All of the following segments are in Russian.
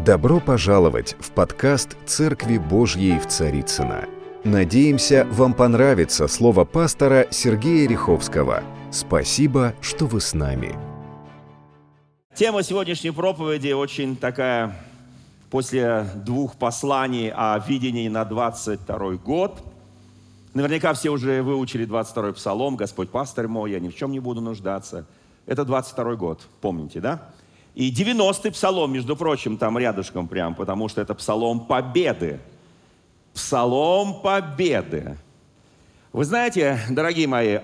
Добро пожаловать в подкаст «Церкви Божьей в Царицыно». Надеемся, вам понравится слово пастора Сергея Риховского. Спасибо, что вы с нами. Тема сегодняшней проповеди очень такая, после двух посланий о видении на 22 год. Наверняка все уже выучили 22-й псалом «Господь пастырь мой, я ни в чем не буду нуждаться». Это 22-й год, помните, да? И 90-й псалом, между прочим, там рядышком прям, потому что это псалом победы. Псалом победы. Вы знаете, дорогие мои,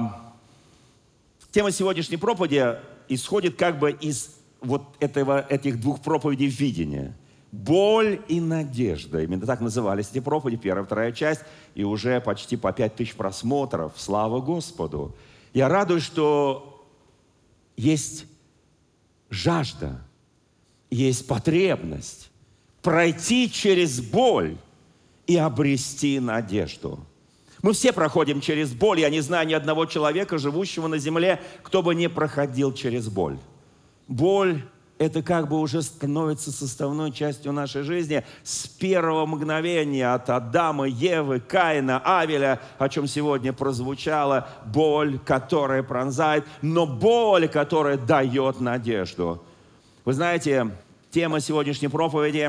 тема сегодняшней проповеди исходит как бы из вот этих двух проповедей видения. Боль и надежда. Именно так назывались эти проповеди, первая, вторая часть, и уже почти по 5000 просмотров. Слава Господу! Я радуюсь, что есть жажда, есть потребность пройти через боль и обрести надежду. Мы все проходим через боль. Я не знаю ни одного человека, живущего на земле, кто бы не проходил через боль. Боль – это как бы уже становится составной частью нашей жизни с первого мгновения от Адама, Евы, Каина, Авеля, о чем сегодня прозвучало. Боль, которая пронзает, но боль, которая дает надежду. Вы знаете, тема сегодняшней проповеди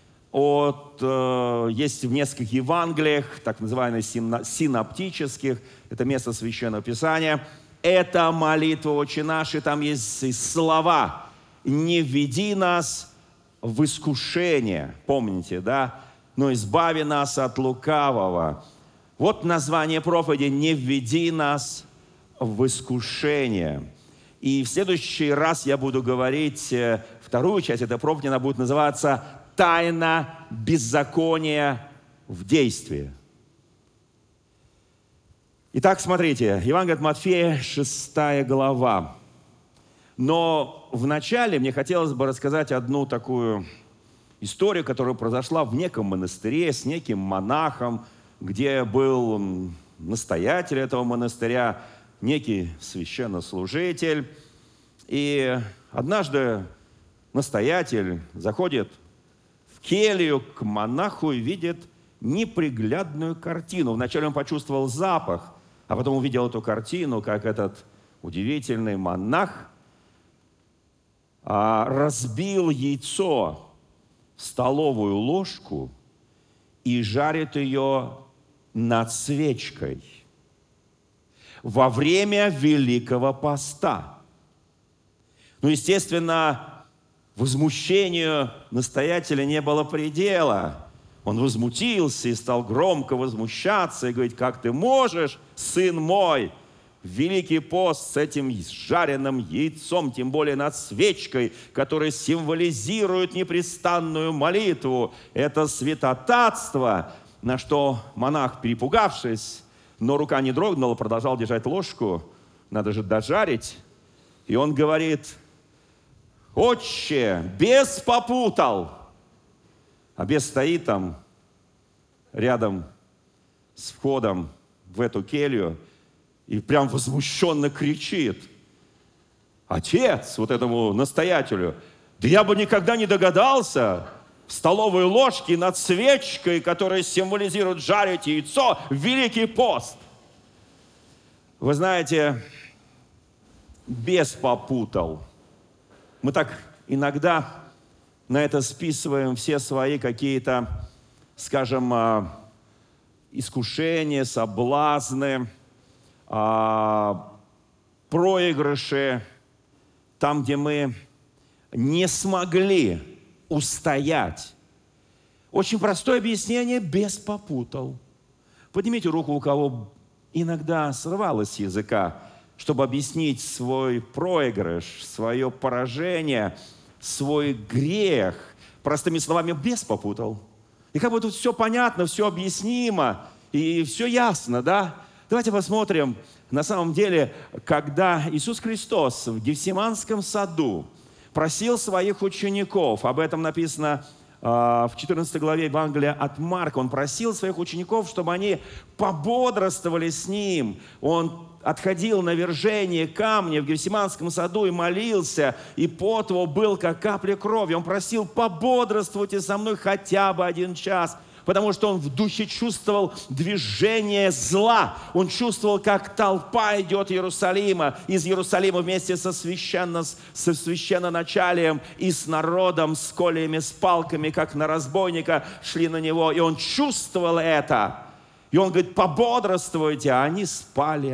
есть в нескольких Евангелиях, так называемых синоптических, это место Священного Писания. Это молитва «Отче наш», и там есть и слова «Не введи нас в искушение», помните, да? «Но избави нас от лукавого». Вот название проповеди «Не введи нас в искушение». И в следующий раз я буду говорить вторую часть этой проповеди, она будет называться «Тайна беззакония в действии». Итак, смотрите, Евангелие от Матфея, 6 глава. Но вначале мне хотелось бы рассказать одну такую историю, которая произошла в неком монастыре с неким монахом, где был настоятель этого монастыря, некий священнослужитель. И однажды настоятель заходит в келью к монаху и видит неприглядную картину. Вначале он почувствовал запах, а потом увидел эту картину, как этот удивительный монах разбил яйцо в столовую ложку и жарит ее над свечкой во время Великого Поста. Ну, естественно, возмущению настоятеля не было предела. Он возмутился и стал громко возмущаться и говорить: «Как ты можешь, сын мой, Великий пост с этим жареным яйцом, тем более над свечкой, которая символизирует непрестанную молитву. Это святотатство». На что монах, перепугавшись, но рука не дрогнула, продолжал держать ложку. Надо же дожарить. И он говорит: «Отче, бес попутал». А бес стоит там рядом с входом в эту келью и прям возмущенно кричит: «Отец!» вот этому настоятелю: «Да я бы никогда не догадался в столовой ложке над свечкой, которая символизирует жарить яйцо, в Великий пост». Вы знаете, бес попутал. Мы так иногда на это списываем все свои какие-то, скажем, искушения, соблазны, проигрыши, там, где мы не смогли устоять. Очень простое объяснение: бес попутал. Поднимите руку, у кого иногда срывалось с языка, чтобы объяснить свой проигрыш, свое поражение, свой грех. Простыми словами: бес попутал. И как бы тут все понятно, все объяснимо, и все ясно, да? Давайте посмотрим, на самом деле, когда Иисус Христос в Гефсиманском саду просил своих учеников, об этом написано в 14 главе Евангелия от Марка, Он просил своих учеников, чтобы они пободрствовали с Ним. Он отходил на вержение камня в Гефсиманском саду и молился, и пот его был, как капля крови. Он просил: пободрствуйте со мной хотя бы 1 час, потому что он в духе чувствовал движение зла. Он чувствовал, как толпа идет из Иерусалима вместе со священноначалием и с народом, с кольями, с палками, как на разбойника шли на него. И он чувствовал это. И он говорит: пободрствуйте. А они спали.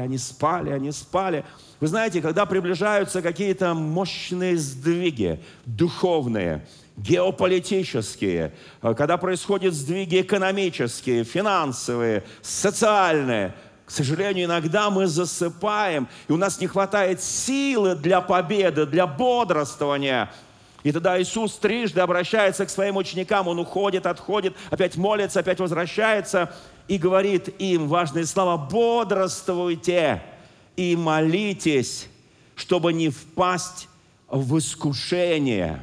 Вы знаете, когда приближаются какие-то мощные сдвиги духовные, геополитические, когда происходят сдвиги экономические, финансовые, социальные, к сожалению, иногда мы засыпаем, и у нас не хватает силы для победы, для бодрствования. И тогда Иисус трижды обращается к своим ученикам, Он уходит, отходит, опять молится, опять возвращается и говорит им важные слова: бодрствуйте и молитесь, чтобы не впасть в искушение.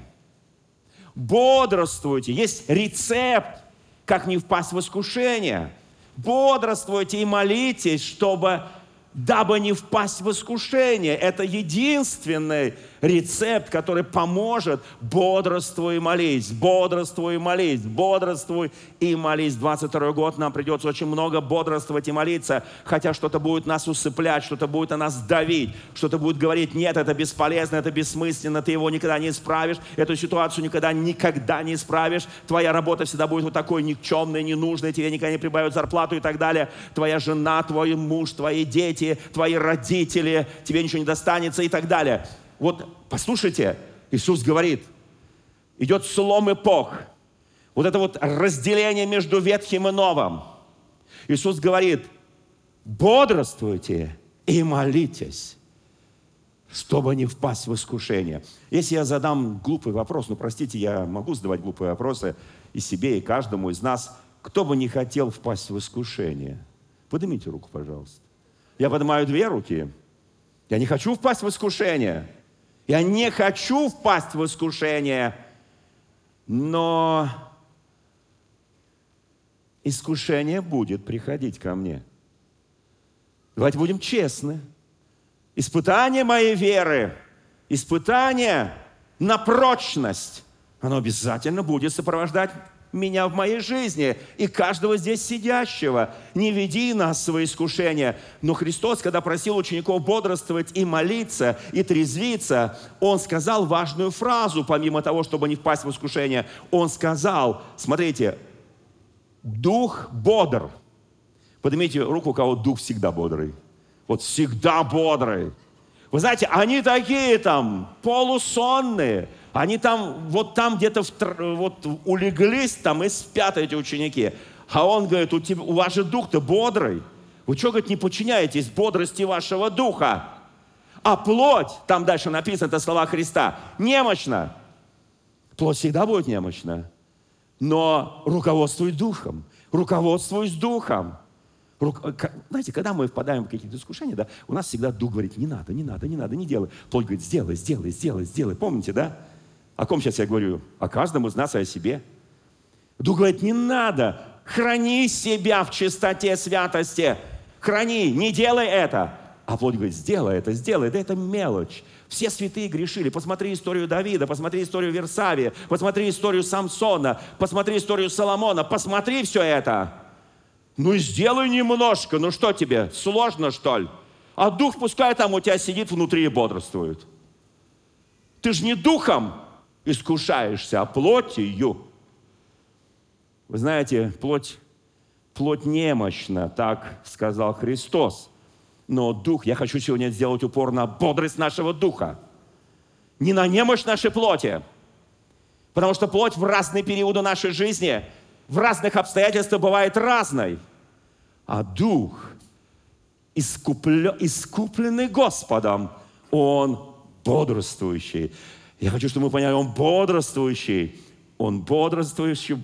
Бодрствуйте. Есть рецепт, как не впасть в искушение. Бодрствуйте и молитесь, дабы не впасть в искушение. Это единственный рецепт, который поможет. Бодрствуй и молись, бодрствуй и молись, бодрствуй и молись. 22 год нам придется очень много бодрствовать и молиться, хотя что-то будет нас усыплять, что-то будет на нас давить, что-то будет говорить: нет, это бесполезно, это бессмысленно, ты его никогда не исправишь, эту ситуацию никогда не исправишь, твоя работа всегда будет вот такой никчемной, ненужной, тебе никогда не прибавят зарплату и так далее, твоя жена, твой муж, твои дети, твои родители, тебе ничего не достанется и так далее. Вот послушайте, Иисус говорит, идет слом эпох, вот это вот разделение между Ветхим и Новым. Иисус говорит: бодрствуйте и молитесь, чтобы не впасть в искушение. Если я задам глупый вопрос, простите, я могу задавать глупые вопросы и себе, и каждому из нас, кто бы не хотел впасть в искушение? Поднимите руку, пожалуйста. Я поднимаю 2 руки. Я не хочу впасть в искушение. Я не хочу впасть в искушение. Но искушение будет приходить ко мне. Давайте будем честны. Испытание моей веры, испытание на прочность, оно обязательно будет сопровождать меня в моей жизни и каждого здесь сидящего. Не веди нас в свои искушения. Но Христос, когда просил учеников бодрствовать и молиться, и трезвиться, Он сказал важную фразу, помимо того, чтобы не впасть в искушение. Он сказал, смотрите, дух бодр. Поднимите руку, у кого дух всегда бодрый. Вот всегда бодрый. Вы знаете, они такие там полусонные. Они там, вот там где-то улеглись там и спят эти ученики. А он говорит, у вас же дух-то бодрый. Вы что, говорит, не подчиняетесь бодрости вашего духа? А плоть, там дальше написано, это слова Христа, немощна. Плоть всегда будет немощна. Но руководствуй духом. Руководствуюсь духом. Знаете, когда мы впадаем в какие-то искушения, да, у нас всегда дух говорит, не надо, не делай. Плоть говорит, сделай. Помните, да? О ком сейчас я говорю? О каждом из нас и о себе. Дух говорит, не надо. Храни себя в чистоте святости. Храни, не делай это. А плоть говорит, сделай это. Да это мелочь. Все святые грешили. Посмотри историю Давида, посмотри историю Версавия, посмотри историю Самсона, посмотри историю Соломона, посмотри все это. Ну и сделай немножко. Ну что тебе, сложно что ли? А дух пускай там у тебя сидит внутри и бодрствует. Ты же не духом искушаешься, а плотью. Вы знаете, плоть немощна, так сказал Христос. Но дух, я хочу сегодня сделать упор на бодрость нашего духа. Не на немощь нашей плоти. Потому что плоть в разные периоды нашей жизни, в разных обстоятельствах бывает разной. А дух, искупленный Господом, он бодрствующий. Я хочу, чтобы мы поняли, он бодрствующий. Он бодрствующий.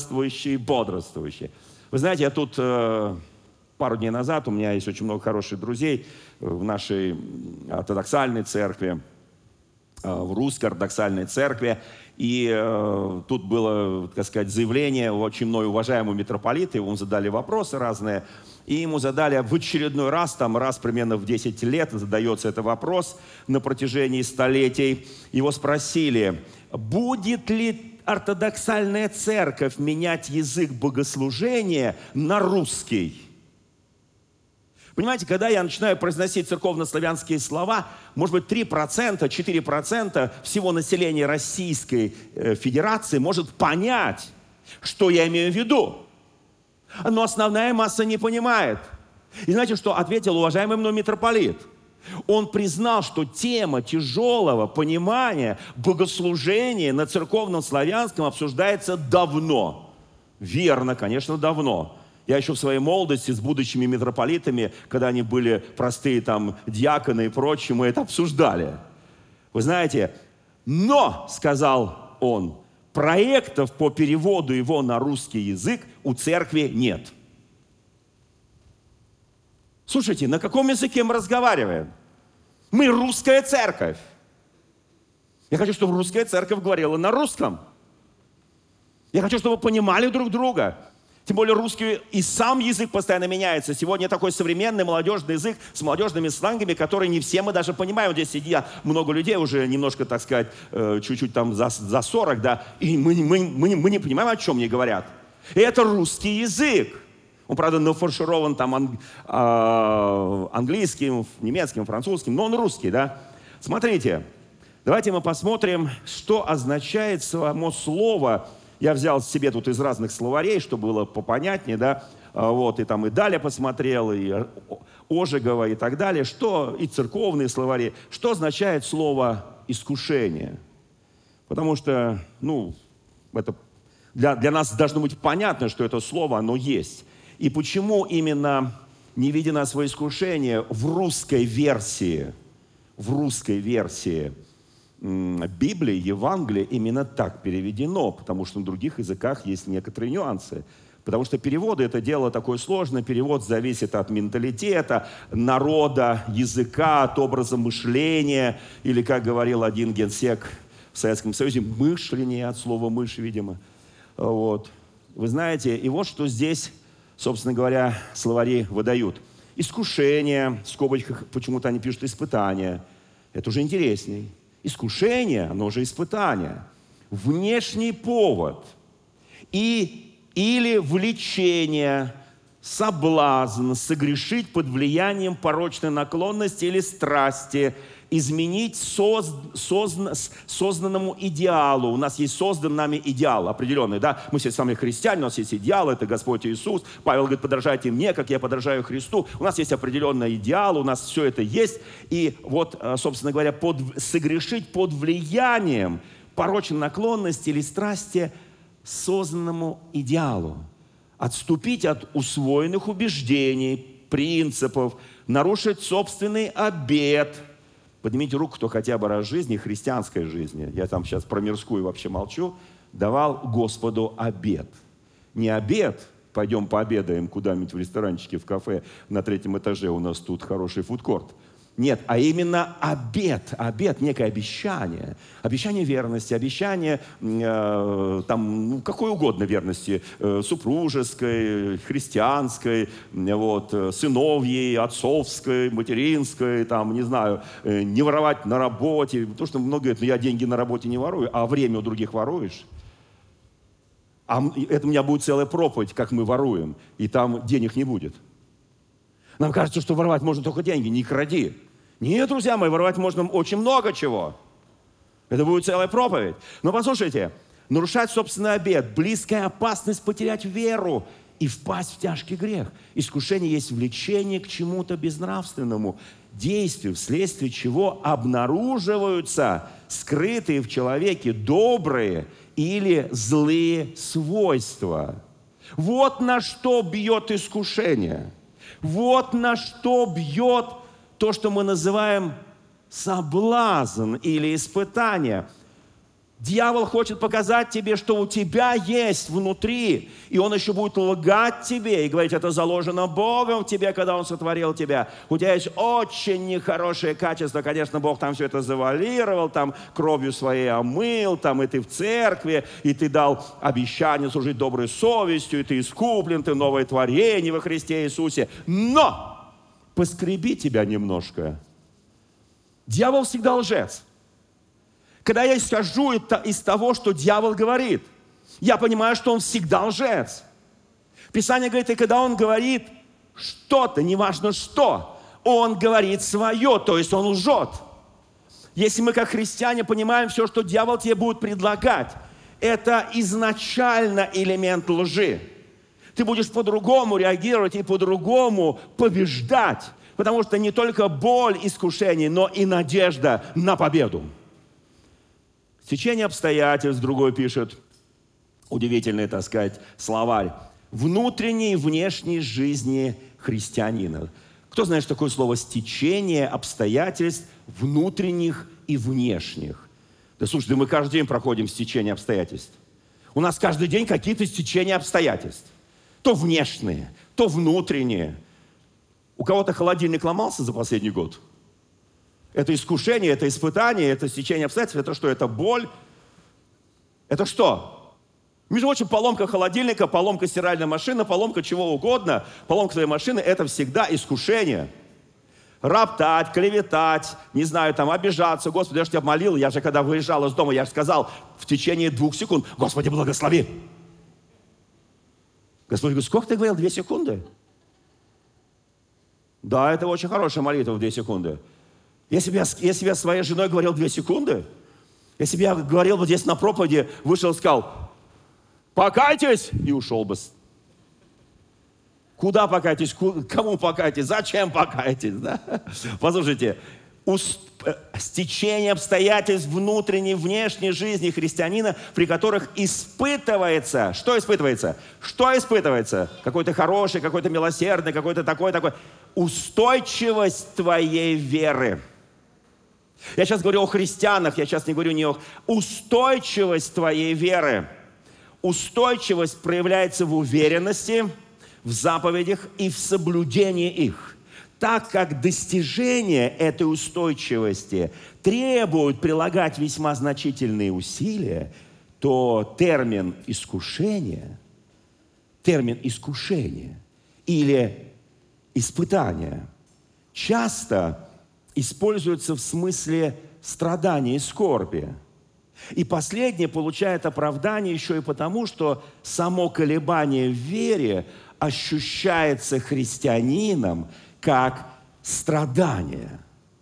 Вы знаете, я тут пару дней назад, у меня есть очень много хороших друзей в нашей ортодоксальной церкви. в Русской ортодоксальной церкви. И тут было, так сказать, заявление очень мной уважаемого митрополита, ему задали вопросы разные, и ему задали в очередной раз, раз примерно в 10 лет задается этот вопрос на протяжении столетий. Его спросили, будет ли ортодоксальная церковь менять язык богослужения на русский? Понимаете, когда я начинаю произносить церковно-славянские слова, может быть, 3%, 4% всего населения Российской Федерации может понять, что я имею в виду. Но основная масса не понимает. И знаете, что ответил уважаемый мной митрополит? Он признал, что тема тяжелого понимания богослужения на церковном славянском обсуждается давно. Верно, конечно, давно. Я еще в своей молодости с будущими митрополитами, когда они были простые диаконы и прочее, мы это обсуждали. Вы знаете, но, сказал он, проектов по переводу его на русский язык у церкви нет. Слушайте, на каком языке мы разговариваем? Мы русская церковь. Я хочу, чтобы русская церковь говорила на русском. Я хочу, чтобы вы понимали друг друга. Тем более русский и сам язык постоянно меняется. Сегодня такой современный молодежный язык с молодежными слангами, которые не все мы даже понимаем. Вот здесь сидят много людей уже немножко, так сказать, чуть-чуть за 40, да, и мы не понимаем, о чем они говорят. И это русский язык. Он, правда, нафарширован английским, немецким, французским, но он русский, да. Смотрите, давайте мы посмотрим, что означает само слово. Я взял себе тут из разных словарей, чтобы было попонятнее, да, вот, и Даля посмотрел, и Ожегова, и так далее, и церковные словари, что означает слово «искушение». Потому что, это для нас должно быть понятно, что это слово, оно есть. И почему именно «не видя нас во искушение» в русской версии Библии, Евангелия именно так переведено, потому что на других языках есть некоторые нюансы. Потому что переводы – это дело такое сложное. Перевод зависит от менталитета, народа, языка, от образа мышления. Или, как говорил один генсек в Советском Союзе, мышление от слова «мышь», видимо. Вот. Вы знаете, и вот что здесь, собственно говоря, словари выдают. Искушение, в скобочках почему-то они пишут «испытание». Это уже интересней. Искушение, оно же испытание. Внешний повод или влечение, соблазн, согрешить под влиянием порочной наклонности или страсти, изменить созданному идеалу. У нас есть создан нами идеал определенный, да? Мы все с вами христиане, у нас есть идеал, это Господь Иисус. Павел говорит, подражайте мне, как я подражаю Христу. У нас есть определенный идеал, у нас все это есть. И вот, собственно говоря, согрешить под влиянием порочной наклонности или страсти созданному идеалу. Отступить от усвоенных убеждений, принципов, нарушить собственный обет. Поднимите руку, кто хотя бы раз в жизни, христианской жизни, я сейчас про мирскую вообще молчу, давал Господу обет. Не обет, пойдем пообедаем куда-нибудь в ресторанчике, в кафе, на 3-м этаже у нас тут хороший фудкорт. Нет, а именно обет, некое обещание. Обещание верности, обещание какой угодно верности, супружеской, христианской, сыновьей, отцовской, материнской, не воровать на работе. Потому что многие говорят, я деньги на работе не ворую, а время у других воруешь. А это у меня будет целая проповедь, как мы воруем, и там денег не будет. Нам кажется, что воровать можно только деньги, не кради. Нет, друзья мои, воровать можно очень много чего. Это будет целая проповедь. Но послушайте, нарушать собственный обет, близкая опасность потерять веру и впасть в тяжкий грех. Искушение есть влечение к чему-то безнравственному действию, вследствие чего обнаруживаются скрытые в человеке добрые или злые свойства. Вот на что бьет искушение. Вот на что бьет то, что мы называем соблазн или испытание. Дьявол хочет показать тебе, что у тебя есть внутри, и он еще будет лгать тебе и говорить, это заложено Богом в тебе, когда Он сотворил тебя. У тебя есть очень нехорошее качество, конечно, Бог там все это завуалировал, там кровью своей омыл, там и ты в церкви, и ты дал обещание служить доброй совестью, и ты искуплен, ты новое творение во Христе Иисусе. Но поскреби тебя немножко. Дьявол всегда лжец. Когда я исхожу из того, что дьявол говорит, я понимаю, что он всегда лжец. Писание говорит, и когда он говорит что-то, неважно что, он говорит свое, то есть он лжет. Если мы как христиане понимаем все, что дьявол тебе будет предлагать, это изначально элемент лжи. Ты будешь по-другому реагировать и по-другому побеждать, потому что не только боль искушений, но и надежда на победу. Течение обстоятельств, другой пишет, удивительный, так сказать, словарь, внутренней и внешней жизни христианина. Кто знает, что такое слово «стечение обстоятельств внутренних и внешних»? Да слушай, мы каждый день проходим стечение обстоятельств. У нас каждый день какие-то стечения обстоятельств. То внешние, то внутренние. У кого-то холодильник ломался за последний год? Это искушение, это испытание, это стечение обстоятельств, это что? Это боль. Это что? Между прочим, поломка холодильника, поломка стиральной машины, поломка чего угодно, поломка твоей машины – это всегда искушение. Роптать, клеветать, не знаю, там, обижаться. Господи, я же тебя молил, я же когда выезжал из дома, я же сказал в течение 2 секунд, Господи, благослови. Господь говорит, сколько ты говорил? 2 секунды? Да, это очень хорошая молитва в 2 секунды. Если бы я своей женой говорил 2 секунды, если бы я говорил вот здесь на проповеди, вышел и сказал, покайтесь, и ушел бы. Куда покайтесь? Кому покайтесь? Зачем покайтесь? Да? Послушайте, стечение обстоятельств внутренней, внешней жизни христианина, при которых испытывается, что испытывается? Что испытывается? Какой-то хороший, какой-то милосердный, какой-то такой. Устойчивость твоей веры. Я сейчас говорю о христианах, я сейчас не говорю не о... Устойчивость твоей веры. Устойчивость проявляется в уверенности, в заповедях и в соблюдении их. Так как достижение этой устойчивости требует прилагать весьма значительные усилия, то термин искушения или испытания часто используется в смысле страдания и скорби. И последнее получает оправдание еще и потому, что само колебание в вере ощущается христианином как страдание.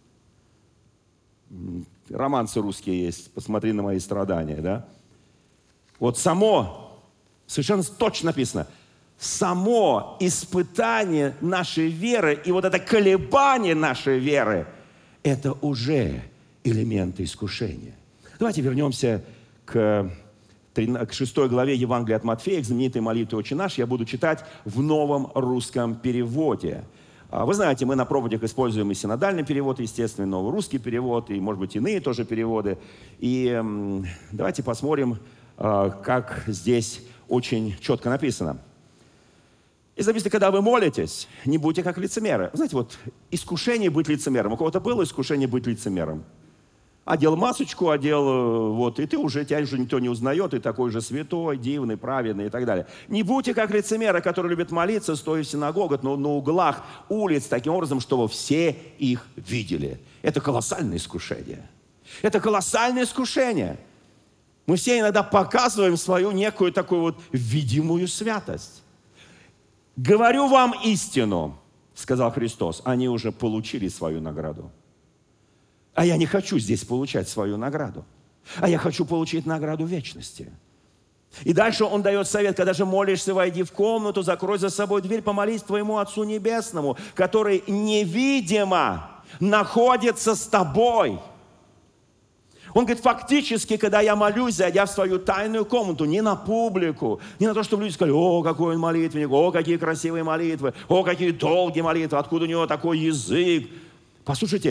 Романсы русские есть, посмотри на мои страдания, да? Вот само, совершенно точно написано, само испытание нашей веры и вот это колебание нашей веры, это уже элементы искушения. Давайте вернемся к 6 главе Евангелия от Матфея, к знаменитой молитве «Отче наш». Я буду читать в новом русском переводе. Вы знаете, мы на проповедях используем и синодальный перевод, естественно, новый русский перевод, и, может быть, иные тоже переводы. И давайте посмотрим, как здесь очень четко написано. И записано, когда вы молитесь, не будьте как лицемеры. Знаете, вот искушение быть лицемером. У кого-то было искушение быть лицемером? Одел масочку, вот, и тебя уже никто не узнает, ты такой же святой, дивный, праведный и так далее. Не будьте как лицемеры, которые любят молиться, стоя в синагогах, но на углах улиц, таким образом, чтобы все их видели. Это колоссальное искушение. Это колоссальное искушение. Мы все иногда показываем свою некую такую вот видимую святость. «Говорю вам истину», — сказал Христос, — «они уже получили свою награду. А я не хочу здесь получать свою награду. А я хочу получить награду вечности». И дальше Он дает совет, когда же молишься, войди в комнату, закрой за собой дверь, помолись твоему Отцу Небесному, который невидимо находится с тобой. Он говорит, фактически, когда я молюсь, зайдя в свою тайную комнату, не на публику, не на то, чтобы люди сказали, о, какой он молитвенник, о, какие красивые молитвы, о, какие долгие молитвы, откуда у него такой язык. Послушайте,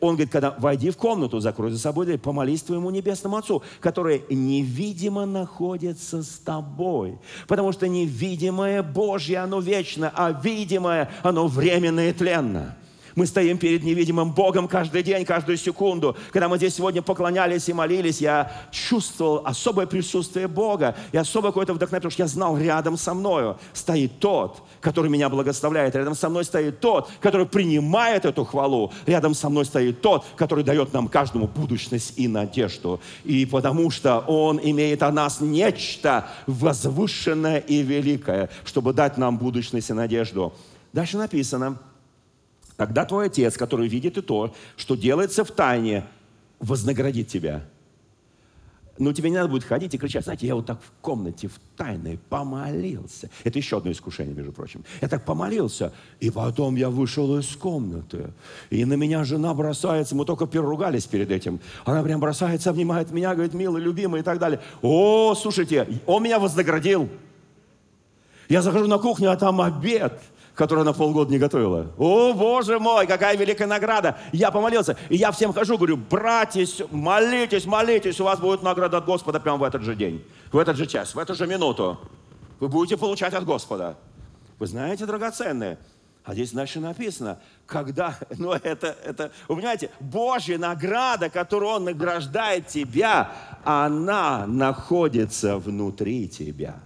Он говорит, когда войди в комнату, закрой за собой дверь, помолись твоему небесному Отцу, который невидимо находится с тобой. Потому что невидимое Божье, оно вечно, а видимое, оно временно и тленно. Мы стоим перед невидимым Богом каждый день, каждую секунду. Когда мы здесь сегодня поклонялись и молились, я чувствовал особое присутствие Бога и особое какое-то вдохновение, потому что я знал, рядом со мною стоит тот, который меня благословляет. Рядом со мной стоит тот, который принимает эту хвалу. Рядом со мной стоит тот, который дает нам каждому будущность и надежду. И потому что Он имеет о нас нечто возвышенное и великое, чтобы дать нам будущность и надежду. Дальше написано: тогда твой Отец, который видит и то, что делается в тайне, вознаградит тебя. Но тебе не надо будет ходить и кричать: знаете, я вот так в комнате, в тайной помолился. Это еще одно искушение, между прочим. Я так помолился, и потом я вышел из комнаты. И на меня жена бросается, мы только переругались перед этим. Она прям бросается, обнимает меня, говорит: милый, любимый и так далее. О, слушайте, Он меня вознаградил. Я захожу на кухню, а там обед, которую она полгода не готовила. О, Боже мой, какая великая награда. Я помолился. И я всем хожу, говорю: братья, молитесь, молитесь, у вас будет награда от Господа прямо в этот же день, в этот же час, в эту же минуту. Вы будете получать от Господа. Вы знаете, драгоценные, а здесь дальше написано, когда, вы понимаете, Божья награда, которую Он награждает тебя, она находится внутри тебя.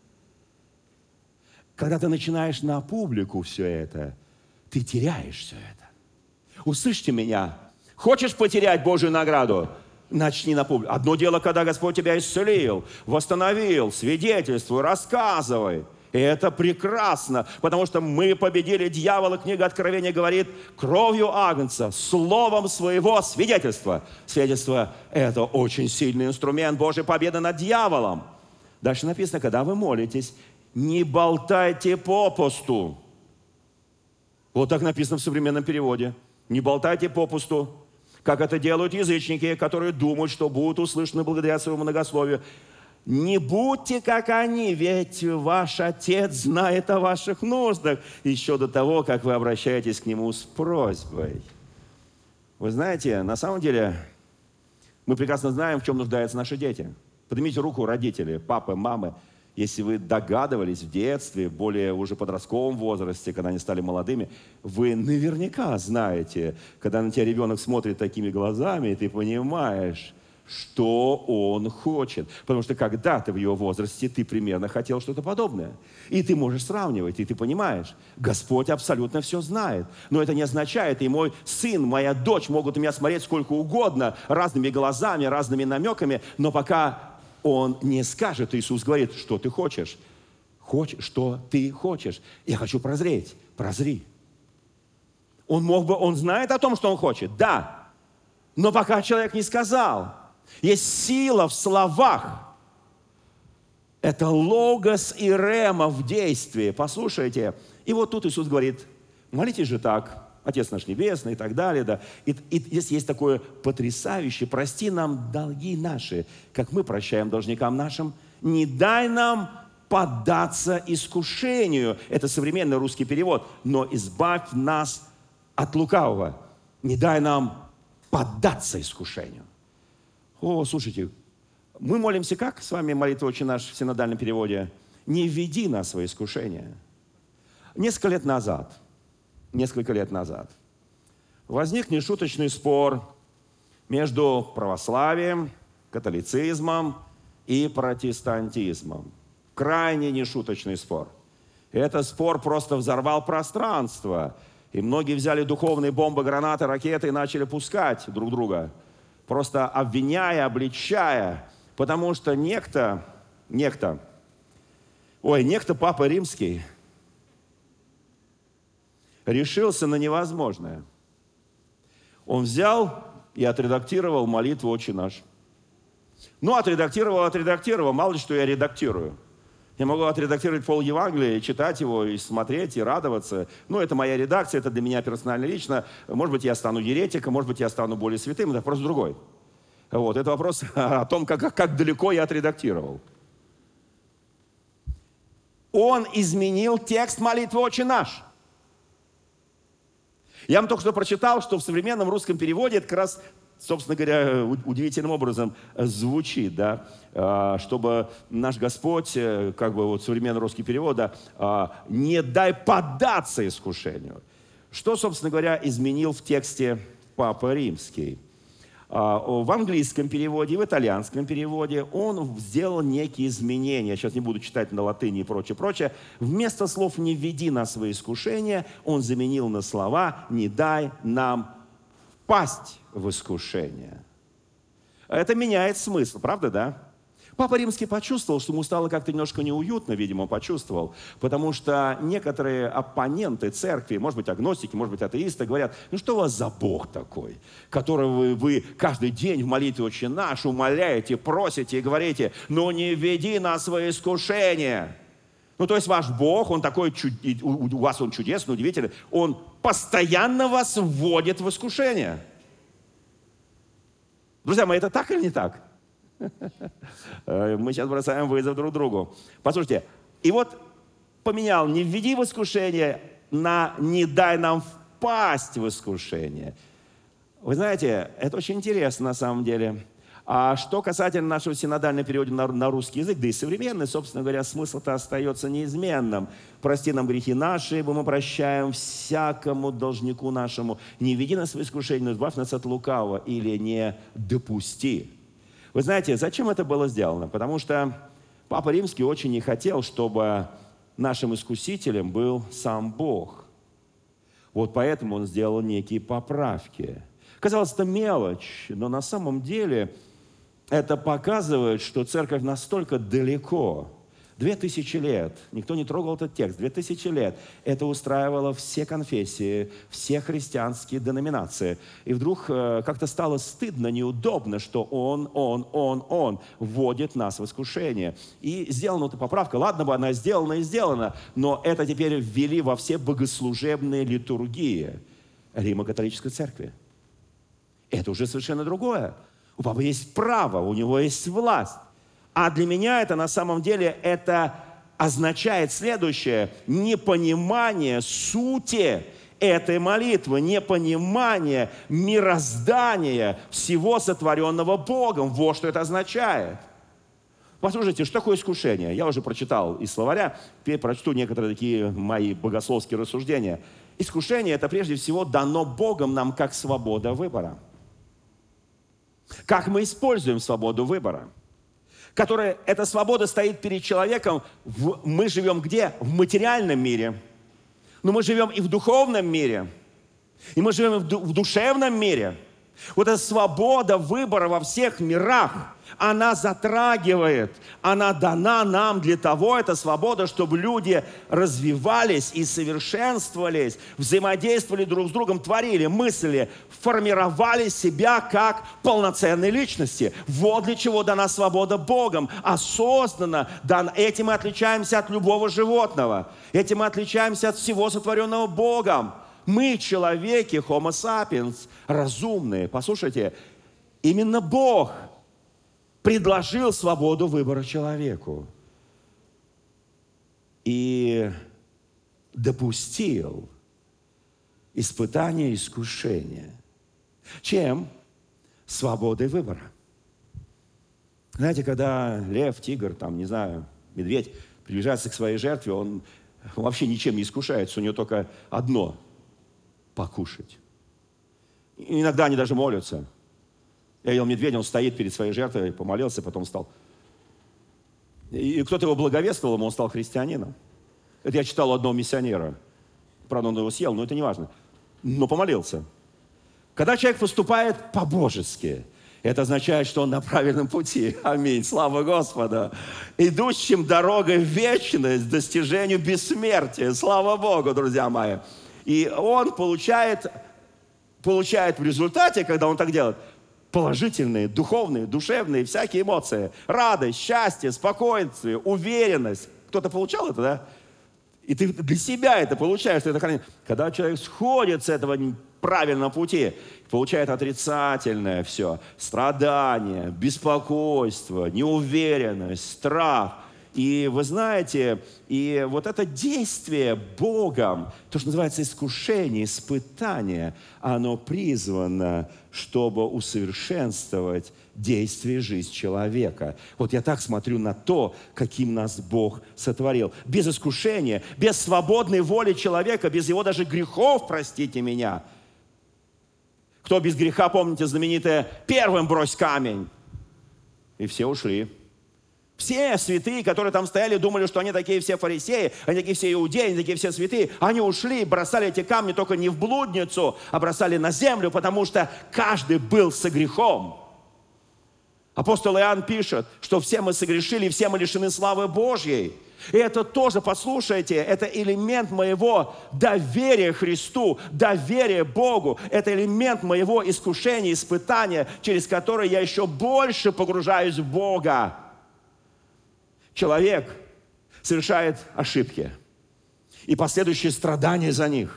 Когда ты начинаешь на публику все это, ты теряешь все это. Услышьте меня. Хочешь потерять Божью награду? Начни на публику. Одно дело, когда Господь тебя исцелил, восстановил, свидетельствуй, рассказывай. И это прекрасно, потому что мы победили дьявола. Книга Откровения говорит: кровью Агнца, словом своего свидетельства. Свидетельство – это очень сильный инструмент Божьей победы над дьяволом. Дальше написано: когда вы молитесь, не болтайте попусту. Вот так написано в современном переводе. Не болтайте попусту, как это делают язычники, которые думают, что будут услышаны благодаря своему многословию. Не будьте, как они, ведь ваш Отец знает о ваших нуждах еще до того, как вы обращаетесь к Нему с просьбой. Вы знаете, на самом деле, мы прекрасно знаем, в чем нуждаются наши дети. Поднимите руку, родители, папы, мамы. Если вы догадывались в детстве, более уже подростковом возрасте, когда они стали молодыми, вы наверняка знаете, когда на тебя ребенок смотрит такими глазами, и ты понимаешь, что он хочет. Потому что когда-то в его возрасте ты примерно хотел что-то подобное. И ты можешь сравнивать, и ты понимаешь, Господь абсолютно все знает. Но это не означает, и мой сын, моя дочь могут на меня смотреть сколько угодно, разными глазами, разными намеками, но пока Он не скажет, Иисус говорит: что ты хочешь? Что ты хочешь? Я хочу прозреть. Прозри. Он знает о том, что он хочет, да. Но пока человек не сказал. Есть сила в словах. Это логос и рема в действии. Послушайте. И вот тут Иисус говорит: молитесь же так: Отец наш Небесный и так далее. Да. И здесь есть такое потрясающее: прости нам долги наши, как мы прощаем должникам нашим. Не дай нам поддаться искушению. Это современный русский перевод. Но избавь нас от лукавого. Не дай нам поддаться искушению. О, слушайте, мы молимся как с вами молитва «Отче наш» в синодальном переводе? Не введи нас во искушение. Несколько лет назад возник нешуточный спор между православием, католицизмом и протестантизмом. Крайне нешуточный спор. Этот спор просто взорвал пространство. И многие взяли духовные бомбы, гранаты, ракеты и начали пускать друг друга. Просто обвиняя, обличая. Потому что некто Папа Римский решился на невозможное. Он взял и отредактировал молитву «Отче наш». Отредактировал. Мало ли, что я редактирую. Я могу отредактировать пол Евангелия, читать его, и смотреть, и радоваться. Это моя редакция, это для меня персонально лично. Может быть, я стану еретиком, может быть, я стану более святым. Это вопрос другой. Это вопрос о том, как далеко я отредактировал. Он изменил текст молитвы «Отче наш». Я вам только что прочитал, что в современном русском переводе это как раз, собственно говоря, удивительным образом звучит, да, чтобы наш Господь, как бы вот современный русский перевод, да, не дай поддаться искушению. Что, собственно говоря, изменил в тексте Папа Римский? В английском переводе и в итальянском переводе он сделал некие изменения. Я сейчас не буду читать на латыни и прочее, прочее. Вместо слов «не введи нас во искушение» он заменил на слова «не дай нам впасть в искушение». Это меняет смысл, правда, да? Папа Римский почувствовал, что ему стало как-то немножко неуютно, видимо, почувствовал, потому что некоторые оппоненты церкви, может быть, агностики, может быть, атеисты, говорят, ну что у вас за Бог такой, которого вы каждый день в молитве «Отче наш» умоляете, просите и говорите, ну не введи нас во искушение. Ну то есть ваш Бог, он такой, у вас он чудесный, удивительный, он постоянно вас вводит в искушение. Друзья мои, это так или не так? Мы сейчас бросаем вызов друг другу. Послушайте, и вот поменял «не введи в искушение» на «не дай нам впасть в искушение». Вы знаете, это очень интересно на самом деле. А что касательно нашего синодального перевода на русский язык, да и современный, собственно говоря, смысл-то остается неизменным. «Прости нам грехи наши, ибо мы прощаем всякому должнику нашему. Не введи нас в искушение, но избавь нас от лукавого» или «не допусти». Вы знаете, зачем это было сделано? Потому что Папа Римский очень не хотел, чтобы нашим искусителем был сам Бог. Вот поэтому он сделал некие поправки. Казалось, это мелочь, но на самом деле это показывает, что церковь настолько далеко. 2000 лет. Никто не трогал этот текст. 2000 лет. Это устраивало все конфессии, все христианские деноминации. И вдруг как-то стало стыдно, неудобно, что он вводит нас в искушение. И сделана эта поправка. Ладно бы она сделана и сделана, но это теперь ввели во все богослужебные литургии Римо-католической церкви. Это уже совершенно другое. У папы есть право, у него есть власть. А для меня это на самом деле это означает следующее: непонимание сути этой молитвы, непонимание мироздания всего сотворенного Богом. Вот что это означает. Послушайте, что такое искушение? Я уже прочитал из словаря, теперь прочту некоторые такие мои богословские рассуждения. Искушение – это прежде всего дано Богом нам как свобода выбора. Как мы используем свободу выбора? Эта свобода стоит перед человеком. Мы живем где? В материальном мире. Но мы живем и в духовном мире. И мы живем в душевном мире. Вот эта свобода выбора во всех мирах, она затрагивает, она дана нам для того, эта свобода, чтобы люди развивались и совершенствовались, взаимодействовали друг с другом, творили, мыслили, формировали себя как полноценные личности. Вот для чего дана свобода Богом, осознанно. Этим мы отличаемся от любого животного, этим мы отличаемся от всего сотворенного Богом. Мы, человеки, Homo sapiens, разумные. Послушайте, именно Бог предложил свободу выбора человеку и допустил испытание, искушение. Чем? Свободой выбора. Знаете, когда лев, тигр, там, не знаю, медведь приближается к своей жертве, он вообще ничем не искушается, у него только одно – покушать. И иногда они даже молятся. Я видел медведя, он стоит перед своей жертвой, помолился, потом встал. И кто-то его благовествовал, ему он стал христианином. Это я читал у одного миссионера. Правда, он его съел, но это не важно. Но помолился. Когда человек поступает по-божески, это означает, что он на правильном пути. Аминь. Слава Господу. Идущим дорогой в вечность, достижению бессмертия. Слава Богу, друзья мои. И он получает в результате, когда он так делает, положительные, духовные, душевные, всякие эмоции. Радость, счастье, спокойствие, уверенность. Кто-то получал это, да? И ты для себя это получаешь. Когда человек сходит с этого правильного пути, получает отрицательное все. Страдание, беспокойство, неуверенность, страх. И вы знаете, и вот это действие Богом, то, что называется искушение, испытание, оно призвано, чтобы усовершенствовать действие жизни человека. Вот я так смотрю на то, каким нас Бог сотворил. Без искушения, без свободной воли человека, без его даже грехов, простите меня. Кто без греха, помните знаменитое «первым брось камень». И все ушли. Все святые, которые там стояли, думали, что они такие все фарисеи, они такие все иудеи, они такие все святые. Они ушли, бросали эти камни только не в блудницу, а бросали на землю, потому что каждый был со грехом. Апостол Иоанн пишет, что все мы согрешили, все мы лишены славы Божьей. И это тоже, послушайте, это элемент моего доверия Христу, доверия Богу. Это элемент моего искушения, испытания, через которое я еще больше погружаюсь в Бога. Человек совершает ошибки и последующие страдания за них.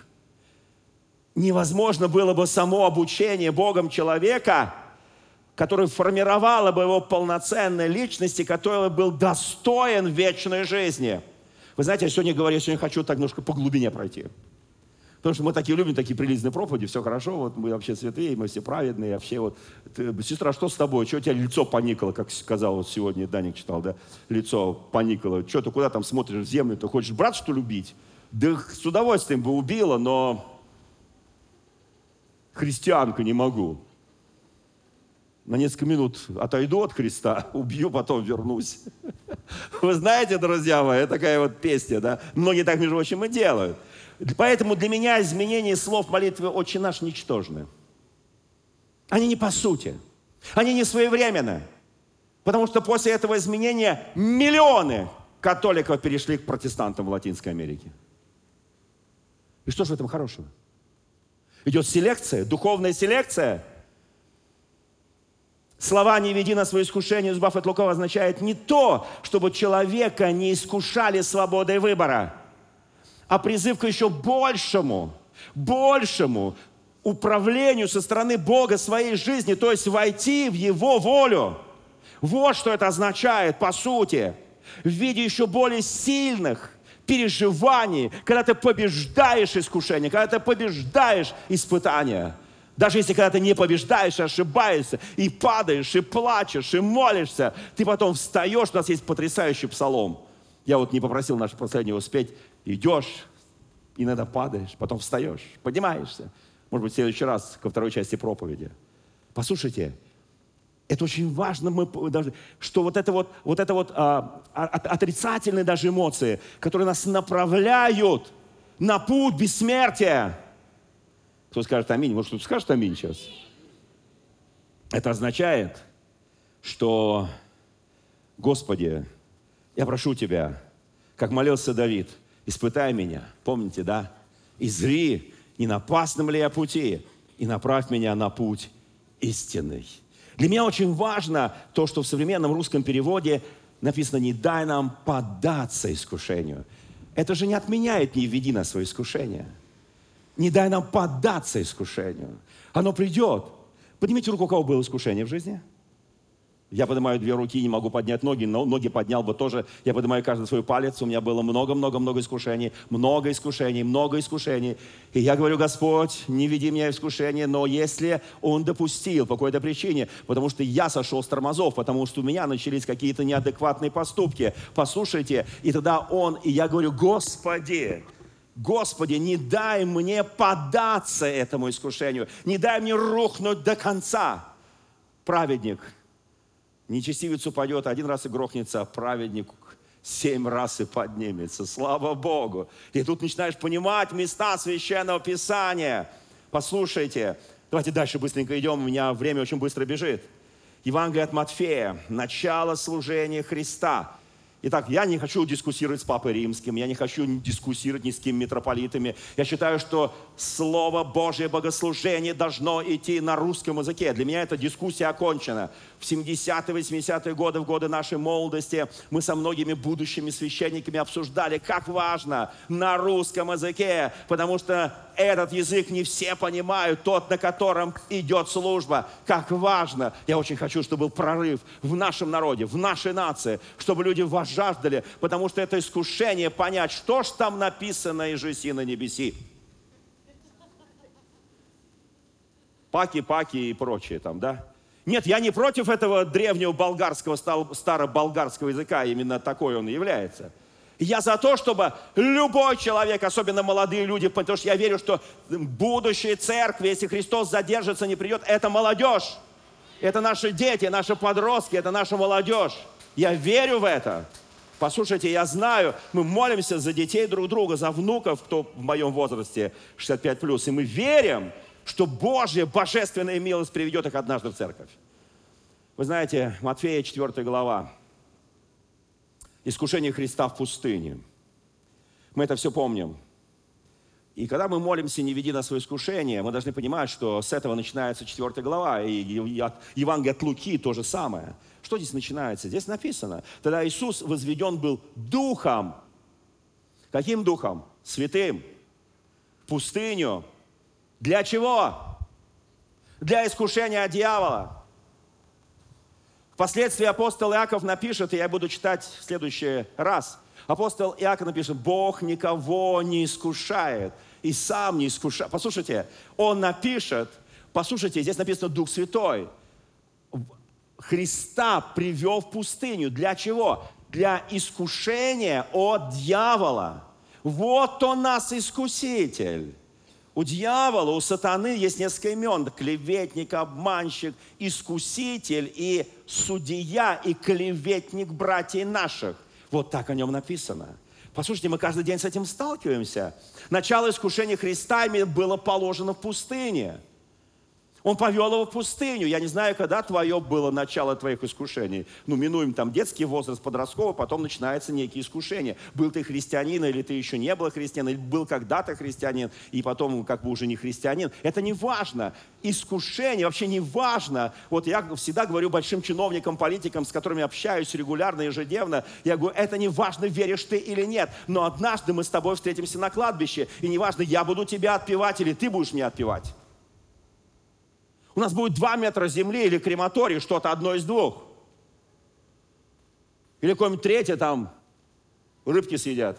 Невозможно было бы само обучение Богом человека, которое формировало бы его полноценной личности, который был достоин вечной жизни. Вы знаете, я сегодня хочу так немножко по глубине пройти. Потому что мы такие любим, такие приличные проповеди, все хорошо, вот мы вообще святые, мы все праведные, вообще вот. Сестра, что с тобой? Что у тебя лицо поникало, как сказал вот сегодня, Даник читал, да? Лицо поникало. Что ты куда там смотришь в землю? Ты хочешь брат, что любить? Да с удовольствием бы убила, но христианка не могу. На несколько минут отойду от Христа, убью, потом вернусь. Вы знаете, друзья мои, такая вот песня, да? Многие так, между прочим, и делают. Поэтому для меня изменение слов молитвы «Отче наш» ничтожны. Они не по сути. Они не своевременны. Потому что после этого изменения миллионы католиков перешли к протестантам в Латинской Америке. И что же в этом хорошего? Идет селекция, духовная селекция. Слова «не веди на свое искушение, избавь от лукавого» означает не то, чтобы человека не искушали свободой выбора, а призыв к еще большему управлению со стороны Бога своей жизни, то есть войти в Его волю. Вот что это означает, по сути, в виде еще более сильных переживаний, когда ты побеждаешь искушение, когда ты побеждаешь испытания. Даже если когда ты не побеждаешь, ошибаешься, и падаешь, и плачешь, и молишься, ты потом встаешь, у нас есть потрясающий псалом. Я вот не попросил наше последнего спеть. Идешь, иногда падаешь, потом встаешь, поднимаешься. Может быть, в следующий раз, ко второй части проповеди. Послушайте, это очень важно, что вот это отрицательные даже эмоции, которые нас направляют на путь бессмертия. Кто скажет аминь? Может, кто-то скажет аминь сейчас? Это означает, что, Господи, я прошу Тебя, как молился Давид, испытай меня, помните, да? И зри, не на опасном ли я пути, и направь меня на путь истинный. Для меня очень важно то, что в современном русском переводе написано «не дай нам поддаться искушению». Это же не отменяет «не введи на свое искушение». Не дай нам поддаться искушению. Оно придет. Поднимите руку, у кого было искушение в жизни? Я поднимаю 2 руки, не могу поднять ноги, но ноги поднял бы тоже. Я поднимаю каждый свой палец. У меня было много искушений. Много искушений. И я говорю: Господь, не веди меня в искушение, но если Он допустил по какой-то причине, потому что я сошел с тормозов, потому что у меня начались какие-то неадекватные поступки, послушайте, и тогда и я говорю: Господи, не дай мне поддаться этому искушению, не дай мне рухнуть до конца. Праведник, нечестивец упадет 1 раз и грохнется, а праведник 7 раз и поднимется. Слава Богу. И тут начинаешь понимать места Священного Писания. Послушайте, давайте дальше быстренько идем, у меня время очень быстро бежит. Евангелие от Матфея, начало служения Христа. Итак, я не хочу дискуссировать с Папой Римским, я не хочу дискуссировать ни с кем митрополитами. Я считаю, что Слово Божие богослужение должно идти на русском языке. Для меня эта дискуссия окончена. В 70-е, 80-е годы, в годы нашей молодости, мы со многими будущими священниками обсуждали, как важно на русском языке, потому что этот язык не все понимают, тот, на котором идет служба. Как важно. Я очень хочу, чтобы был прорыв в нашем народе, в нашей нации, чтобы люди вошли пожаждали, потому что это искушение понять, что ж там написано «И жеси на небеси». Паки-паки и прочее там, да? Нет, я не против этого древнего болгарского, староболгарского языка, именно такой он и является. Я за то, чтобы любой человек, особенно молодые люди, потому что я верю, что будущее церкви, если Христос задержится, не придет, это молодежь. Это наши дети, наши подростки, это наша молодежь. Я верю в это. Послушайте, я знаю, мы молимся за детей друг друга, за внуков, кто в моем возрасте 65+, и мы верим, что Божья божественная милость приведет их однажды в церковь. Вы знаете, Матфея 4 глава. Искушение Христа в пустыне. Мы это все помним. И когда мы молимся «Не веди нас в искушение», мы должны понимать, что с этого начинается 4 глава. И Евангелие от Луки то же самое. Что здесь начинается? Здесь написано. Тогда Иисус возведен был Духом. Каким Духом? Святым. В пустыню. Для чего? Для искушения от дьявола. Впоследствии апостол Иаков напишет, и я буду читать в следующий раз. Апостол Иаков напишет: Бог никого не искушает и сам не искушает. Послушайте, он напишет, послушайте, здесь написано Дух Святой. Христа привел в пустыню. Для чего? Для искушения от дьявола. Вот он нас искуситель. У дьявола, у сатаны есть несколько имен. Клеветник, обманщик, искуситель и судья, и клеветник братьев наших. Вот так о нем написано. Послушайте, мы каждый день с этим сталкиваемся. Начало искушения Христа было положено в пустыне. Он повел его в пустыню. Я не знаю, когда твое было начало твоих искушений. Минуем там детский возраст, подростковый, потом начинается некие искушения. Был ты христианин, или ты еще не был христианином, или был когда-то христианин, и потом как бы уже не христианин. Это не важно. Искушение вообще не важно. Вот я всегда говорю большим чиновникам, политикам, с которыми общаюсь регулярно, ежедневно, я говорю, это не важно, веришь ты или нет, но однажды мы с тобой встретимся на кладбище, и не важно, я буду тебя отпевать, или ты будешь меня отпевать. У нас будет 2 метра земли или крематорий, что-то одно из двух. Или какое-нибудь третье там рыбки съедят.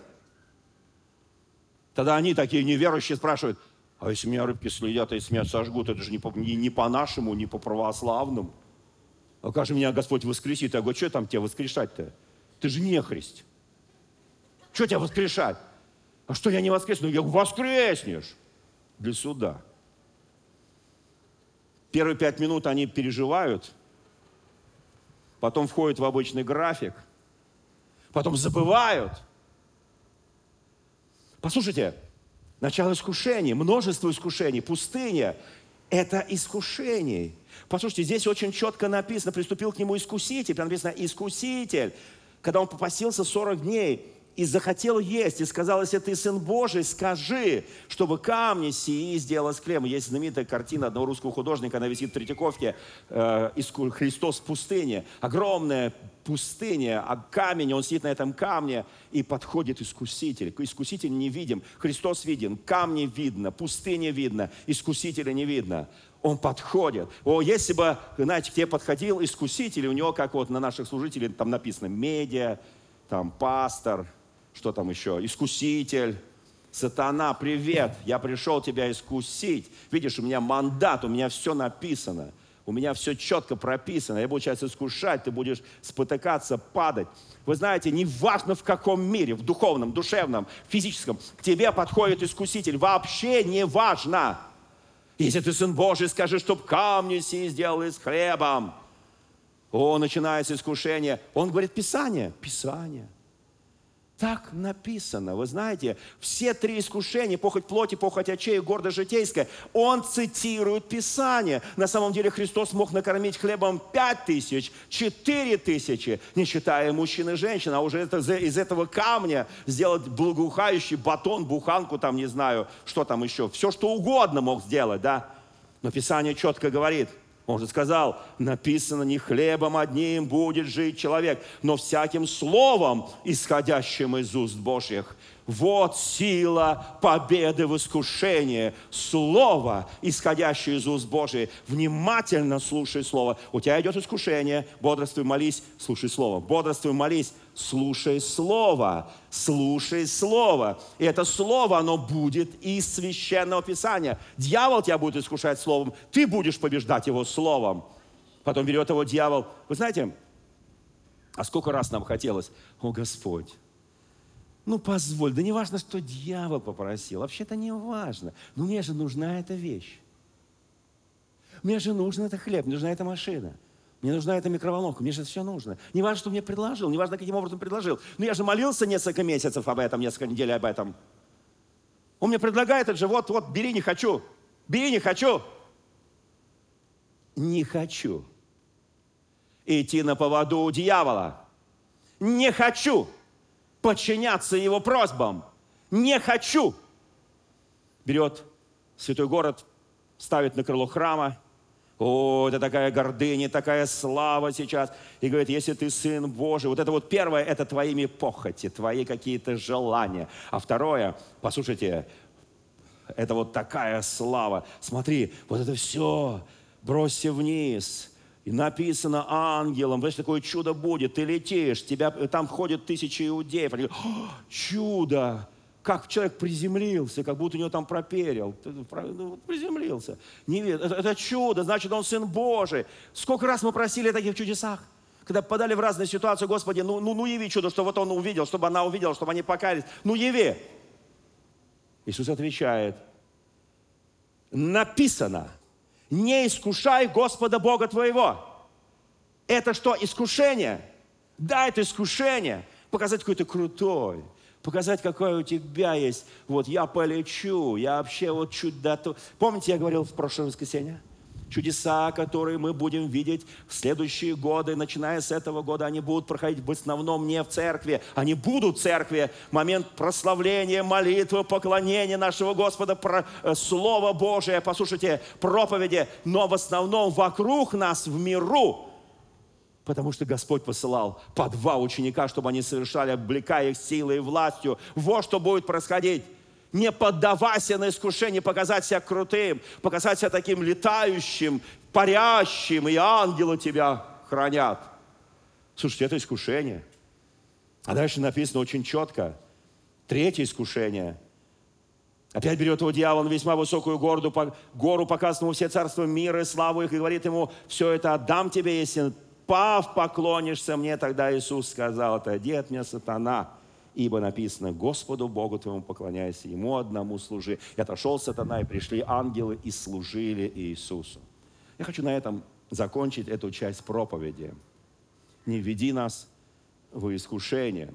Тогда они такие неверующие спрашивают: а если меня рыбки съедят, а если меня сожгут, это же не по-нашему, не по-православному. А как же меня Господь воскресит? Я говорю, что там тебя воскрешать-то? Ты же нехрист. Что тебя воскрешать? А что я не воскресну? Я говорю, воскреснешь для суда. Первые 5 минут они переживают, потом входят в обычный график, потом забывают. Послушайте, начало искушений, множество искушений, пустыня – это искушение. Послушайте, здесь очень четко написано, приступил к нему искуситель, прям написано искуситель, когда он попасился 40 дней и захотел есть, и сказал, если ты Сын Божий, скажи, чтобы камни сии сделалось хлебом. Есть знаменитая картина одного русского художника, она висит в Третьяковке, «Христос в пустыне». Огромная пустыня, а камень, он сидит на этом камне, и подходит искуситель. Искуситель не видим, Христос виден, камни видно, пустыня видно, искусителя не видно. Он подходит. Если бы, знаете, к тебе подходил искуситель, у него, как вот на наших служителей, там написано медиа, там пастор, что там еще? Искуситель. Сатана, привет, я пришел тебя искусить. Видишь, у меня мандат, у меня все написано. У меня все четко прописано. Я буду сейчас искушать, ты будешь спотыкаться, падать. Вы знаете, неважно в каком мире, в духовном, душевном, физическом, к тебе подходит искуситель. Вообще не важно. Если ты Сын Божий, скажи, чтоб камни сии сделались хлебом. Начинается искушение. Он говорит, Писание. Писание. Так написано. Вы знаете, все 3 искушения, похоть плоти, похоть очей и гордость житейская, он цитирует Писание. На самом деле Христос мог накормить хлебом 5000, 4000, не считая мужчин и женщин, а уже из этого камня сделать благоухающий батон, буханку, там, не знаю, что там еще. Все, что угодно мог сделать, да? Но Писание четко говорит, он же сказал, написано, не хлебом одним будет жить человек, но всяким словом, исходящим из уст Божьих. Вот сила победы в искушении. Слово, исходящее из уст Божьих. Внимательно слушай слово. У тебя идет искушение, бодрствуй, молись, слушай слово. Бодрствуй, молись, Слушай Слово, слушай Слово. И это Слово, оно будет из Священного Писания. Дьявол тебя будет искушать Словом, ты будешь побеждать его Словом. Потом берет его дьявол. Вы знаете, а сколько раз нам хотелось, о Господь, ну позволь, да не важно, что дьявол попросил, вообще-то не важно, но мне же нужна эта вещь. Мне же нужен этот хлеб, мне нужна эта машина. Мне нужна эта микроволновка, мне же все нужно. Не важно, что мне предложил, не важно, каким образом предложил. Но я же молился несколько месяцев об этом, несколько недель об этом. Он мне предлагает это же, вот, бери, не хочу. Бери, не хочу. Не хочу идти на поводу у дьявола. Не хочу подчиняться его просьбам. Не хочу. Берет святой город, ставит на крыло храма. О, это такая гордыня, такая слава сейчас. И говорит, если ты Сын Божий. Вот это вот первое, это твоими похоти, твои какие-то желания. А второе, послушайте, это вот такая слава. Смотри, вот это все бросься вниз. И написано ангелом, знаешь, такое чудо будет. Ты летишь, тебя, там ходят тысячи иудеев. Они говорят, чудо! Как человек приземлился, как будто у него там проперил. Приземлился. Это чудо, значит, он Сын Божий. Сколько раз мы просили о таких чудесах? Когда попадали в разные ситуации, Господи, ну яви чудо, что вот он увидел, чтобы она увидела, чтобы они покаялись. Ну яви. Иисус отвечает, написано, не искушай Господа Бога твоего. Это что, искушение? Да, это искушение. Показать, какой ты крутой. Показать, какой у тебя есть. Вот я полечу, я вообще вот чудо. Помните, я говорил в прошлое воскресенье? Чудеса, которые мы будем видеть в следующие годы, начиная с этого года, они будут проходить в основном не в церкви. Они будут в церкви. Момент прославления, молитвы, поклонения нашего Господа, Слово Божие, послушайте, проповеди. Но в основном вокруг нас в миру. Потому что Господь посылал по 2 ученика, чтобы они совершали, облекая их силой и властью. Вот что будет происходить. Не поддавайся на искушение показать себя крутым, показать себя таким летающим, парящим, и ангелы тебя хранят. Слушайте, это искушение. А дальше написано очень четко. 3-е искушение. Опять берет его дьявол на весьма высокую гору, показывает ему все царства мира и славу их, и говорит ему, все это отдам тебе, если пав, поклонишься мне. Тогда Иисус сказал, отойди от меня, сатана, ибо написано, Господу Богу твоему поклоняйся, Ему одному служи. И отошел сатана, и пришли ангелы, и служили Иисусу. Я хочу на этом закончить эту часть проповеди. Не введи нас в искушение,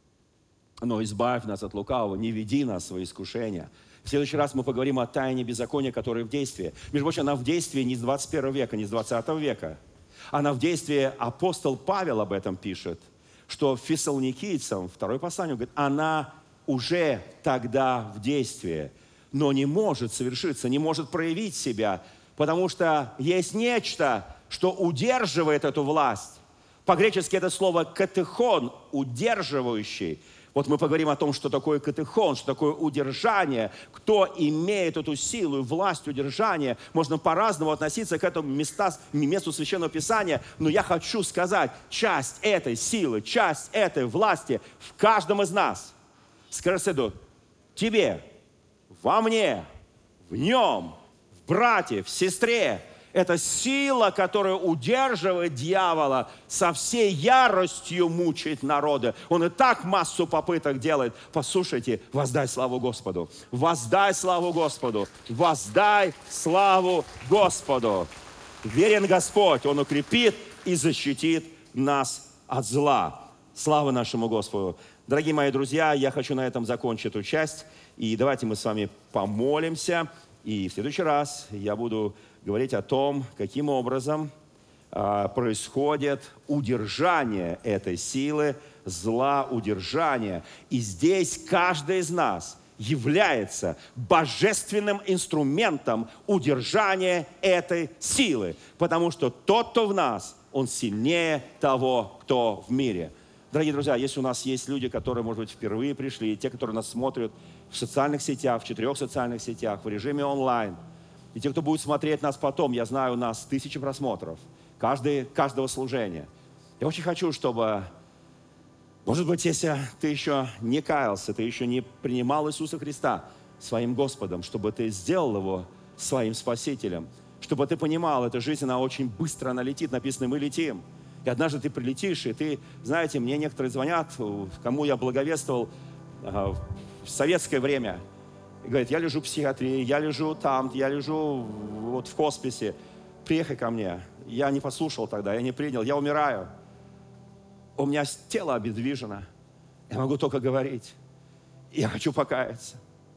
но избавь нас от лукавого, не веди нас в искушение. В следующий раз мы поговорим о тайне беззакония, которая в действии. Между прочим, она в действии не с 21 века, не с 20 века. Она в действии, апостол Павел об этом пишет, что фессалоникийцам, 2 послание, говорит, она уже тогда в действии, но не может совершиться, не может проявить себя, потому что есть нечто, что удерживает эту власть. По-гречески это слово «катехон», удерживающий. Вот мы поговорим о том, что такое катехон, что такое удержание, кто имеет эту силу и власть удержания. Можно по-разному относиться к этому месту Священного Писания, но я хочу сказать, часть этой силы, часть этой власти в каждом из нас. Скажи соседу, тебе, во мне, в нем, в брате, в сестре. Это сила, которая удерживает дьявола, со всей яростью мучает народы. Он и так массу попыток делает. Послушайте, воздай славу Господу. Воздай славу Господу. Воздай славу Господу. Верен Господь, Он укрепит и защитит нас от зла. Слава нашему Господу. Дорогие мои друзья, я хочу на этом закончить эту часть. И давайте мы с вами помолимся. И в следующий раз я буду говорить о том, каким образом происходит удержание этой силы, зла, удержание. И здесь каждый из нас является божественным инструментом удержания этой силы. Потому что тот, кто в нас, он сильнее того, кто в мире. Дорогие друзья, если у нас есть люди, которые, может быть, впервые пришли, и те, которые нас смотрят в социальных сетях, в 4 социальных сетях, в режиме онлайн, и те, кто будет смотреть нас потом, я знаю, у нас 1000 просмотров каждого служения. Я очень хочу, чтобы Может быть, если ты еще не каялся, ты еще не принимал Иисуса Христа своим Господом, чтобы ты сделал Его своим Спасителем, чтобы ты понимал, эта жизнь, она очень быстро, она летит, написано, мы летим. И однажды ты прилетишь, и ты, знаете, мне некоторые звонят, кому я благовествовал в советское время, и говорят, я лежу в психиатрии, я лежу там, я лежу вот в хосписе, приехай ко мне. Я не послушал тогда, я не принял, я умираю. У меня тело обездвижено, я могу только говорить, я хочу покаяться.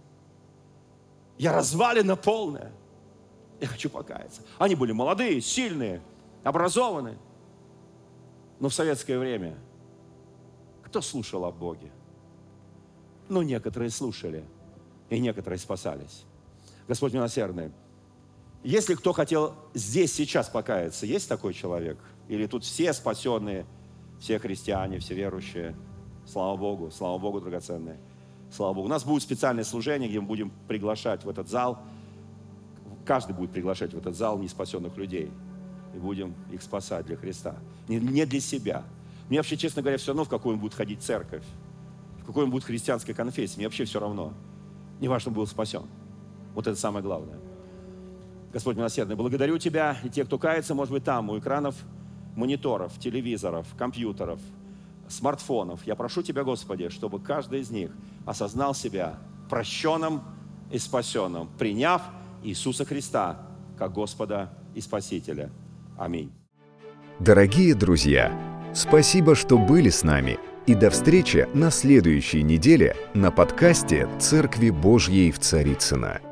Я развалина полная, я хочу покаяться. Они были молодые, сильные, образованные. Но в советское время кто слушал о Боге? Ну, некоторые слушали, и некоторые спасались. Господь милосердный, если кто хотел здесь, сейчас покаяться, есть такой человек? Или тут все спасенные, все христиане, все верующие? Слава Богу, драгоценные. Слава Богу. У нас будет специальное служение, где мы будем приглашать в этот зал, каждый будет приглашать в этот зал неспасенных людей. И будем их спасать для Христа. Не для себя. Мне вообще, честно говоря, все равно, в какую он будет ходить церковь, в какой он будет христианской конфессии. Мне вообще все равно. Не важно, был спасен. Вот это самое главное. Господь милосердный, благодарю Тебя. И те, кто кается, может быть, там, у экранов мониторов, телевизоров, компьютеров, смартфонов. Я прошу Тебя, Господи, чтобы каждый из них осознал себя прощенным и спасенным, приняв Иисуса Христа как Господа и Спасителя. Аминь. Дорогие друзья, спасибо, что были с нами. И до встречи на следующей неделе на подкасте «Церкви Божьей в Царицыно».